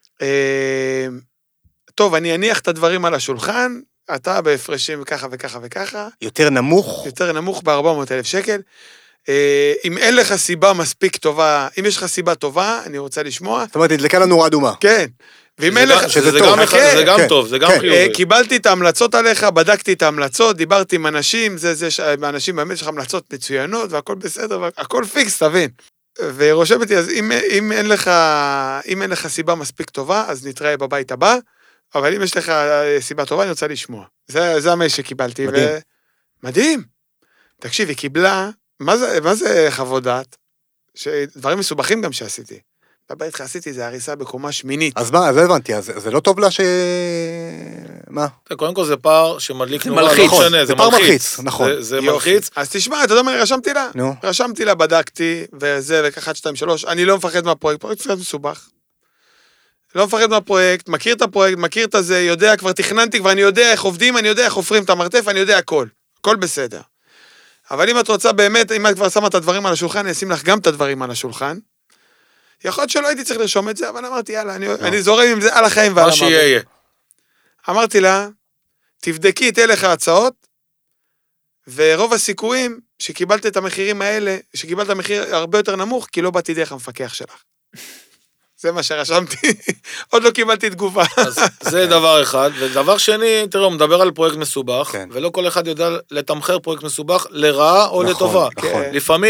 טוב, אני אניח את הדברים על השולחן, אתה בהפרשים ככה וככה וככה. יותר נמוך? יותר נמוך ב-ארבע מאות אלף שקל. אם אין לך סיבה מספיק טובה, אם יש לך סיבה טובה, אני רוצה לשמוע. זאת אומרת, תדלקה לנו נורה אדומה. כן. ואם אין לך... שזה גם טוב, זה גם חיובי. קיבלתי את ההמלצות עליך, בדקתי את ההמלצות, דיברתי עם אנשים, זה זה שאנשים באמת יש לך המלצות מצוינות, והכל בסדר, והכל פיקס, תבין. ורושמת לי, אז אם, אם אין לך, אם אין לך סיבה מספיק טובה, אז נתראה בבית הבא, אבל אם יש לך סיבה טובה, אני רוצה לשמוע. זה, זה המייל שקיבלתי. מדהים. ו... מדהים. תקשיב, היא קיבלה, מה זה, מה זה חוות דעת? שדברים מסובכים גם שעשיתי. בבית לך עשיתי, זה הריסה בקומה שמינית. אז מה, אז לא הבנתי, אז זה לא טוב לה ש... מה? קודם כל זה פער שמדליק נורא, מלחיץ. לא משנה, זה פער מלחיץ, נכון. זה מלחיץ. אז תשמע, אתה יודע מה, רשמתי לה. נו. רשמתי לה, בדקתי, וזה, וכך, שתיים, שלוש, אני לא מפחד מהפרויקט, פרויקט קצת מסובך. לא מפחד מהפרויקט, מכיר את הפרויקט, מכיר את זה, יודע, כבר תכננתי, כבר אני יודע איך עובדים, אני יודע איך חופרים את המרתף, אני יודע הכל. הכל בסדר. אבל אם את רוצה באמת, אם את כבר שמה את הדברים על השולחן, אני אשים לך גם את הדברים על השולחן. יכול להיות שלא הייתי צריך לרשום את זה, אבל אמרתי, יאללה, אני, אני זורם עם זה על החיים ועל המוות. מה שיהיה. אמרתי לה, תבדקי את אליך ההצעות, ורוב הסיכויים שקיבלת את המחירים האלה, שקיבלת מחיר הרבה יותר נמוך, כי לא באתי דרך המפקח שלך. זה מה שרשמתי, עוד לא קיבלתי תגובה. אז זה דבר אחד, ודבר שני, תראה, הוא מדבר על פרויקט מסובך, ולא כל אחד יודע לתמחר פרויקט מסובך לרעה או לטובה. לפעמים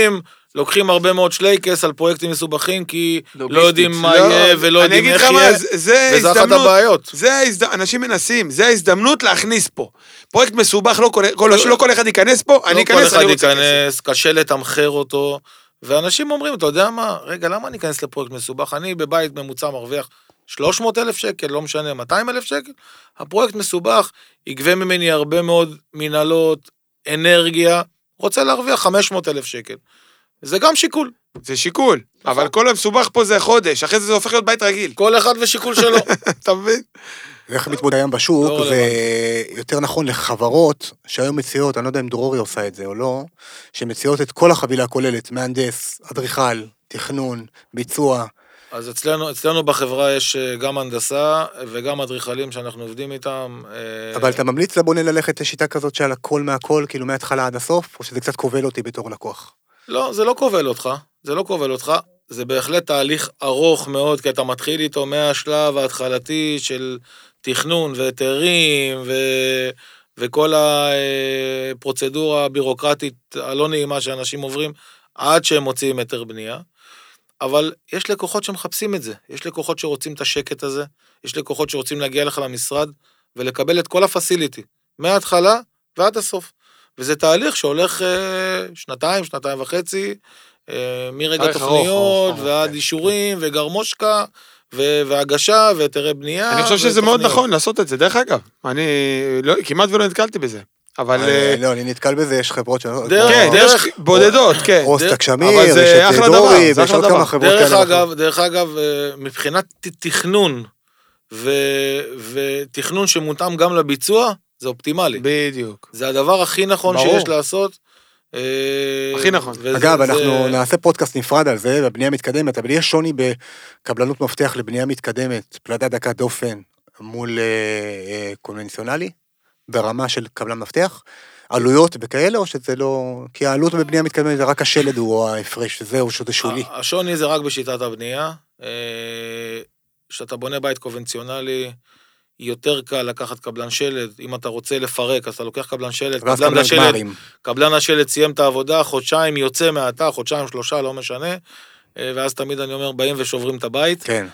לוקחים הרבה מאוד שלייקס על פרויקטים מסובכים, כי לוגיסטית. לא יודעים מה לא, יהיה, ולא אני יודעים אגיד איך לך יהיה, מה, זה- זה וזה אחת הזדמנות, הבעיות. זה ההזד... אנשים מנסים, זה ההזדמנות להכניס פה. פרויקט מסובך, לא כל, כל, לא כל אחד ייכנס פה, אני לא כל אכנס, אחד אני רוצה כסף. ייכנס, קשה לתמחר אותו, ואנשים אומרים, אתה יודע מה, רגע, למה אני אכנס לפרויקט מסובך? אני בבית ממוצע מרוויח שלוש מאות אלף שקל, לא משנה, מאתיים אלף שקל, הפרויקט מסובך, יגבה ממני הרבה מאוד מנהלות, אנרגיה, רוצה להרוויח חמש מאות אלף שקל. זה גם שיקול. זה שיקול, אבל כל המסובך פה זה חודש, אחרי זה זה הופך להיות בית רגיל. כל אחד ושיקול שלו. אתה מבין? ואיך מתמודד היום בשוק, לא זה יותר נכון לחברות שהיום מציעות, אני לא יודע אם דרורי עושה את זה או לא, שמציעות את כל החבילה הכוללת, מהנדס, אדריכל, תכנון, ביצוע. אז אצלנו, אצלנו בחברה יש גם הנדסה וגם אדריכלים שאנחנו עובדים איתם. אבל אתה ממליץ לבונה ללכת לשיטה כזאת שעל הכל מהכל, כאילו מההתחלה עד הסוף, או שזה קצת כובל אותי בתור לקוח? לא, זה לא כובל אותך, זה לא כובל אותך, זה בהחלט תהליך ארוך מאוד, כי אתה מתחיל איתו מהשלב ההתחלתי של תכנון והיתרים, ו... וכל הפרוצדורה הבירוקרטית הלא נעימה שאנשים עוברים, עד שהם מוציאים היתר בנייה. אבל יש לקוחות שמחפשים את זה, יש לקוחות שרוצים את השקט הזה, יש לקוחות שרוצים להגיע לך למשרד, ולקבל את כל הפסיליטי, מההתחלה ועד הסוף. וזה תהליך שהולך אה, שנתיים, שנתיים וחצי, אה, מרגע תוכניות, ארוך, ועד ארוך, אישורים, כן. וגרמושקה, ו- והגשה, והיתרי בנייה. אני חושב שזה מאוד נכון לעשות את זה, דרך אגב. אני לא, כמעט ולא נתקלתי בזה. אבל... לא, אני נתקל בזה, יש חברות ש... כן, דרך בודדות, כן. רוסטק שמיר, אבל זה רשת אחלה דרורי, דבר, ויש עוד כמה חברות דרך כאלה. אגב, דרך אגב, מבחינת תכנון, ותכנון שמותאם גם לביצוע, זה אופטימלי. בדיוק. זה הדבר הכי נכון ברור. שיש לעשות. הכי נכון. וזה- אגב, זה- אנחנו נעשה פודקאסט נפרד על זה, בבנייה מתקדמת, אבל יש שוני בקבלנות מפתח לבנייה מתקדמת, פלדה דקת דופן מול אה, אה, קונבנציונלי, ברמה של קבלן מפתח, עלויות וכאלה, או שזה לא... כי העלות בבנייה מתקדמת זה רק השלד הוא ההפרש, זהו שזה שולי. השוני זה רק בשיטת הבנייה. כשאתה בונה בית קונבנציונלי, יותר קל לקחת קבלן שלד, אם אתה רוצה לפרק, אז אתה לוקח קבלן שלד, ואז קבלן קבלן השלד, גמרים. קבלן השלד סיים את העבודה, חודשיים יוצא מהתא, חודשיים שלושה, לא משנה, ואז תמיד אני אומר, באים ושוברים את הבית. כן.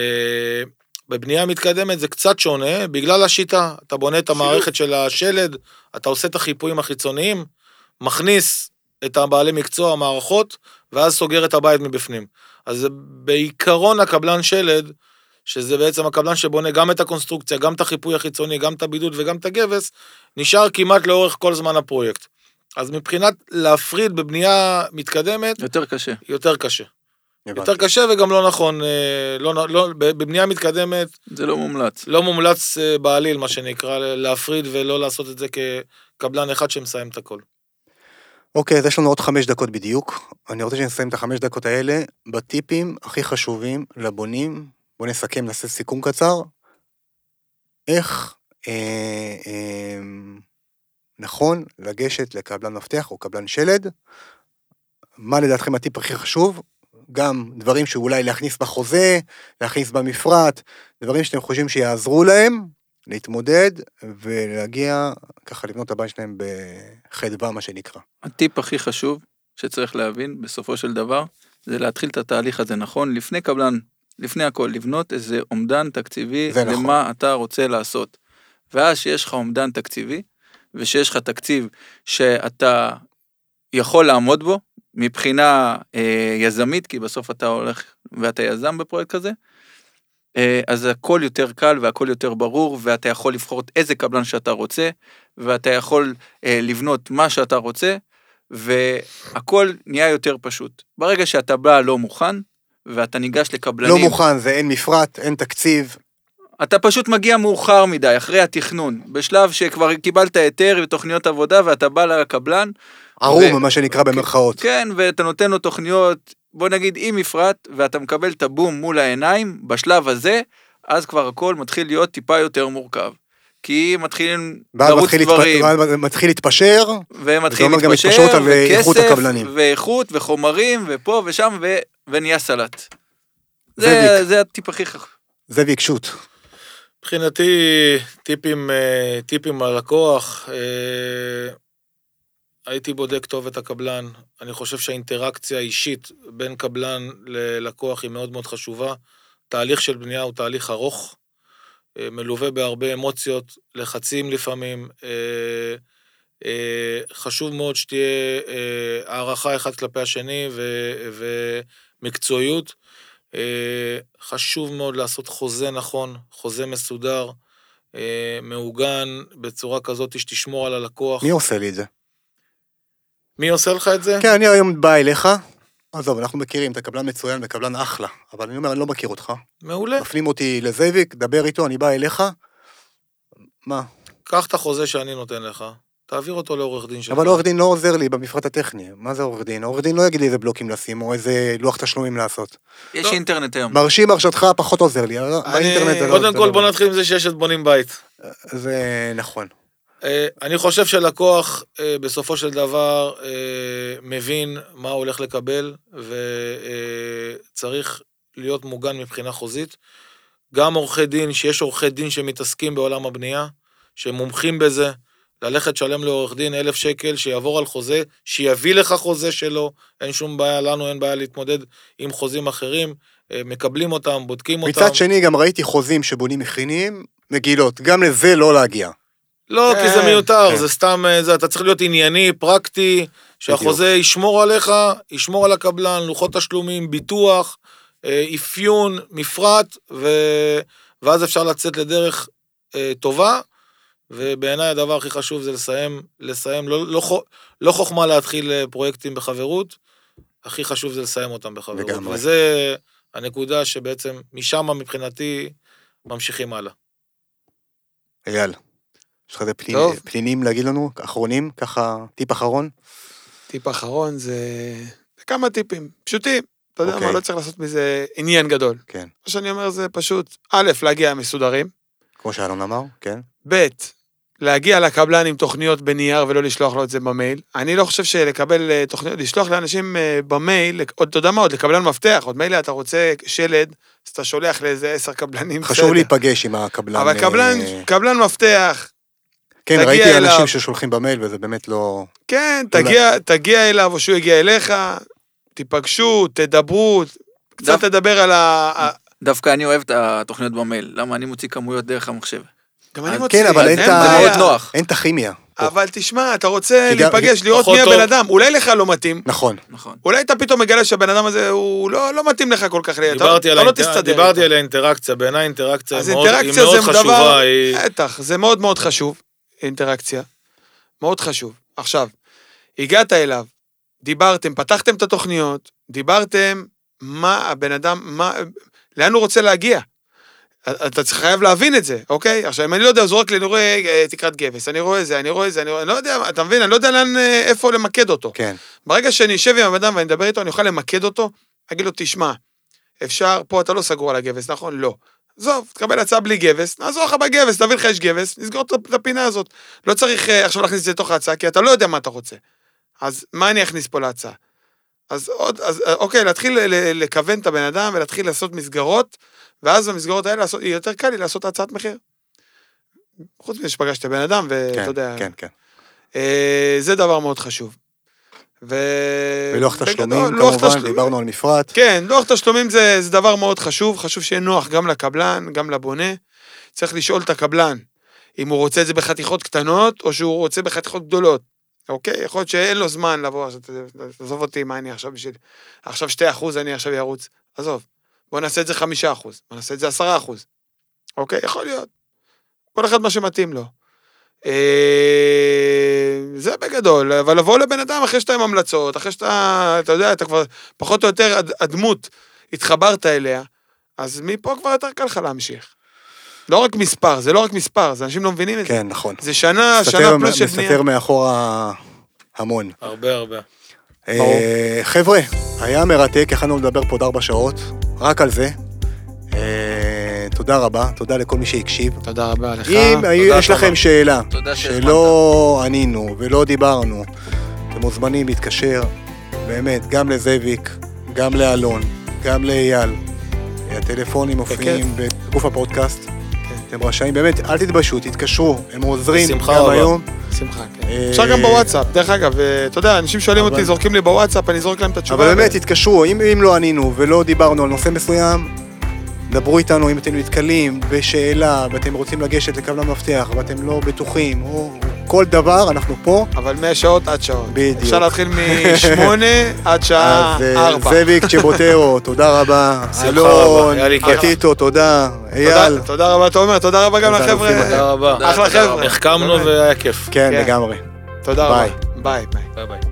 בבנייה מתקדמת זה קצת שונה, בגלל השיטה, אתה בונה את המערכת של השלד, אתה עושה את החיפויים החיצוניים, מכניס את הבעלי מקצוע, המערכות, ואז סוגר את הבית מבפנים. אז בעיקרון הקבלן שלד, שזה בעצם הקבלן שבונה גם את הקונסטרוקציה, גם את החיפוי החיצוני, גם את הבידוד וגם את הגבס, נשאר כמעט לאורך כל זמן הפרויקט. אז מבחינת להפריד בבנייה מתקדמת, יותר קשה. יותר קשה. הבנתי. יותר קשה וגם לא נכון, לא, לא, בבנייה מתקדמת, זה לא מומלץ. לא מומלץ בעליל, מה שנקרא, להפריד ולא לעשות את זה כקבלן אחד שמסיים את הכל. אוקיי, אז יש לנו עוד חמש דקות בדיוק. אני רוצה שנסיים את החמש דקות האלה בטיפים הכי חשובים לבונים. בוא נסכם, נעשה סיכום קצר. איך אה, אה, נכון לגשת לקבלן מפתח או קבלן שלד? מה לדעתכם הטיפ הכי חשוב? גם דברים שאולי להכניס בחוזה, להכניס במפרט, דברים שאתם חושבים שיעזרו להם להתמודד ולהגיע, ככה לבנות הבית שלהם בחדווה, מה שנקרא. הטיפ הכי חשוב שצריך להבין בסופו של דבר, זה להתחיל את התהליך הזה נכון, לפני קבלן, לפני הכל, לבנות איזה אומדן תקציבי זה נכון. למה אתה רוצה לעשות. ואז שיש לך אומדן תקציבי, ושיש לך תקציב שאתה יכול לעמוד בו, מבחינה אה, יזמית, כי בסוף אתה הולך ואתה יזם בפרויקט כזה, אה, אז הכל יותר קל והכל יותר ברור, ואתה יכול לבחור איזה קבלן שאתה רוצה, ואתה יכול אה, לבנות מה שאתה רוצה, והכל נהיה יותר פשוט. ברגע שהטבלה לא מוכן, ואתה ניגש לקבלנים... לא מוכן, זה אין מפרט, אין תקציב. אתה פשוט מגיע מאוחר מדי, אחרי התכנון, בשלב שכבר קיבלת היתר ותוכניות עבודה, ואתה בא לקבלן... ערום, ו... מה שנקרא במרכאות. כן, ואתה נותן לו תוכניות, בוא נגיד עם מפרט, ואתה מקבל את הבום מול העיניים, בשלב הזה, אז כבר הכל מתחיל להיות טיפה יותר מורכב. כי מתחילים לרוץ דברים. ואז מתחיל להתפשר, ומתחיל להתפשר, וכסף, ואיכות, וחומרים, ופה ושם, ו... ונהיה סלט. זה, זה הטיפ הכי חשוב. זה ויקשות. מבחינתי, טיפים, טיפים על לקוח, הייתי בודק טוב את הקבלן, אני חושב שהאינטראקציה האישית בין קבלן ללקוח היא מאוד מאוד חשובה, תהליך של בנייה הוא תהליך ארוך, מלווה בהרבה אמוציות, לחצים לפעמים, חשוב מאוד שתהיה הערכה אחד כלפי השני ומקצועיות, חשוב מאוד לעשות חוזה נכון, חוזה מסודר, מעוגן בצורה כזאת שתשמור על הלקוח. מי עושה לי את זה? מי עושה לך את זה? כן, אני היום בא אליך, עזוב, אנחנו מכירים, אתה קבלן מצוין וקבלן אחלה, אבל אני אומר, אני לא מכיר אותך. מעולה. מפנים אותי לזאביק, דבר איתו, אני בא אליך, מה? קח את החוזה שאני נותן לך, תעביר אותו לעורך דין שלך. אבל עורך דין לא עוזר לי במפרט הטכני, מה זה עורך דין? עורך דין לא יגיד לי איזה בלוקים לשים, או איזה לוח תשלומים לעשות. יש אינטרנט היום. מרשים הרשתך פחות עוזר לי, באינטרנט זה לא... קודם כל בוא נתחיל עם זה שיש את בונים בית. זה נכון. אני חושב שלקוח בסופו של דבר מבין מה הולך לקבל, וצריך להיות מוגן מבחינה חוזית. גם עורכי דין, שיש עורכי דין שמתעסקים בעולם הבנייה, שמומחים בזה, ללכת שלם לעורך דין אלף שקל, שיעבור על חוזה, שיביא לך חוזה שלו, אין שום בעיה, לנו אין בעיה להתמודד עם חוזים אחרים, מקבלים אותם, בודקים אותם. מצד שני גם ראיתי חוזים שבונים מכינים, מגילות, גם לזה לא להגיע. לא, כי זה מיותר, זה סתם, אתה צריך להיות ענייני, פרקטי, שהחוזה ישמור עליך, ישמור על הקבלן, לוחות תשלומים, ביטוח, אפיון, מפרט, ואז אפשר לצאת לדרך טובה, ובעיניי הדבר הכי חשוב זה לסיים, לסיים, לא, לא, לא חוכמה להתחיל פרויקטים בחברות, הכי חשוב זה לסיים אותם בחברות, לגמרי. וזה הנקודה שבעצם משם מבחינתי ממשיכים הלאה. אייל, יש לך איזה פלינים, פלינים להגיד לנו, אחרונים, ככה טיפ אחרון? טיפ אחרון זה כמה טיפים, פשוטים, אתה יודע מה, לא צריך לעשות מזה עניין גדול. כן. מה שאני אומר זה פשוט, א', להגיע מסודרים. כמו שאלון אמר, כן. ב', להגיע לקבלן עם תוכניות בנייר ולא לשלוח לו את זה במייל. אני לא חושב שלקבל תוכניות, לשלוח לאנשים במייל, עוד, אתה יודע מה, עוד לקבלן מפתח, עוד מייל אתה רוצה שלד, אז אתה שולח לאיזה עשר קבלנים. חשוב להיפגש עם הקבלן. אבל קבלן, קבלן מפתח. כן, ראיתי אנשים ששולחים במייל וזה באמת לא... כן, תגיע, תגיע אליו או שהוא יגיע אליך, תיפגשו, תדברו, קצת תדבר על ה... דווקא אני אוהב את התוכניות במייל, למה אני מוציא כמויות דרך המחשב. גם אני מוציא, כן, אבל אין את הכימיה. אבל תשמע, אתה רוצה להיפגש, לראות מי הבן אדם, אולי לך לא מתאים. נכון. אולי אתה פתאום מגלה שהבן אדם הזה הוא לא מתאים לך כל כך, דיברתי על האינטראקציה, בעיניי האינטראקציה היא מאוד חשובה. בטח, זה מאוד מאוד חשוב, אינטראקציה, מאוד חשוב. עכשיו, הגעת אליו, דיברתם, פתחתם את התוכניות, דיברתם מה הבן אדם, מה, לאן הוא רוצה להגיע. אתה צריך חייב להבין את זה, אוקיי? עכשיו, אם אני לא יודע, זורק לי, אני רואה תקרת גבס, אני רואה זה, אני רואה זה, אני רואה, אני לא יודע, אתה מבין, אני לא יודע לאן, איפה למקד אותו. כן. ברגע שאני אשב עם הבן ואני אדבר איתו, אני אוכל למקד אותו, אגיד לו, תשמע, אפשר, פה אתה לא סגור על הגבס, נכון? לא. עזוב, תקבל הצעה בלי גבס, נעזור לך בגבס, תביא לך יש גבס, נסגור את הפינה הזאת. לא צריך עכשיו להכניס את זה לתוך ההצעה, כי אתה לא יודע מה אתה רוצה. אז מה אני אכניס פה להצעה? אז עוד, אז אוקיי, להתחיל לכוון את הבן אדם ולהתחיל לעשות מסגרות, ואז במסגרות האלה יהיה יותר קל לי לעשות הצעת מחיר. חוץ מזה שפגשת בן אדם, ואתה יודע... כן, כן. זה דבר מאוד חשוב. ולוח תשלומים, כמובן, דיברנו על מפרט. כן, לוח תשלומים זה דבר מאוד חשוב, חשוב שיהיה נוח גם לקבלן, גם לבונה. צריך לשאול את הקבלן, אם הוא רוצה את זה בחתיכות קטנות, או שהוא רוצה בחתיכות גדולות. אוקיי? יכול להיות שאין לו זמן לבוא, עזוב אותי, מה אני עכשיו בשביל... עכשיו שתי אחוז אני עכשיו ירוץ. עזוב. בוא נעשה את זה חמישה אחוז, בוא נעשה את זה עשרה אחוז. אוקיי? יכול להיות. כל אחד מה שמתאים לו. זה בגדול, אבל לבוא לבן אדם אחרי שאתה עם המלצות, אחרי שאתה, אתה יודע, אתה כבר פחות או יותר הדמות, התחברת אליה, אז מפה כבר יותר קל לך להמשיך. לא רק מספר, זה לא רק מספר, זה אנשים לא מבינים את זה. כן, נכון. זה שנה, שנה פלוס של בנייה. מסתתר מאחור המון. הרבה, הרבה. חבר'ה, היה מרתק, יכלנו לדבר פה עוד ארבע שעות, רק על זה. תודה רבה, תודה לכל מי שהקשיב. תודה רבה לך. אם יש לכם שאלה, שלא ענינו ולא דיברנו, אתם מוזמנים להתקשר, באמת, גם לזאביק, גם לאלון, גם לאייל. הטלפונים מופיעים בגוף הפודקאסט. אתם רשאים, באמת, אל תתבשו, תתקשרו, הם עוזרים גם היום. בשמחה, כן. אפשר גם בוואטסאפ, דרך אגב, אתה יודע, אנשים שואלים אותי, זורקים לי בוואטסאפ, אני זורק להם את התשובה. אבל באמת, תתקשרו, אם לא ענינו ולא דיברנו על נושא מסוים, דברו איתנו אם אתם נתקלים בשאלה, ואתם רוצים לגשת לקבלן מפתח, ואתם לא בטוחים, או כל דבר, אנחנו פה. אבל מהשעות עד שעות. בדיוק. אפשר להתחיל משמונה עד שעה ארבע. אז זאביק צ'בוטרו, תודה רבה. אלון, פטיטו, תודה. אייל. תודה רבה, תומר, תודה רבה גם לחבר'ה. תודה רבה. אחלה חבר'ה. החכמנו והיה כיף. כן, לגמרי. תודה רבה. ביי. ביי. ביי ביי.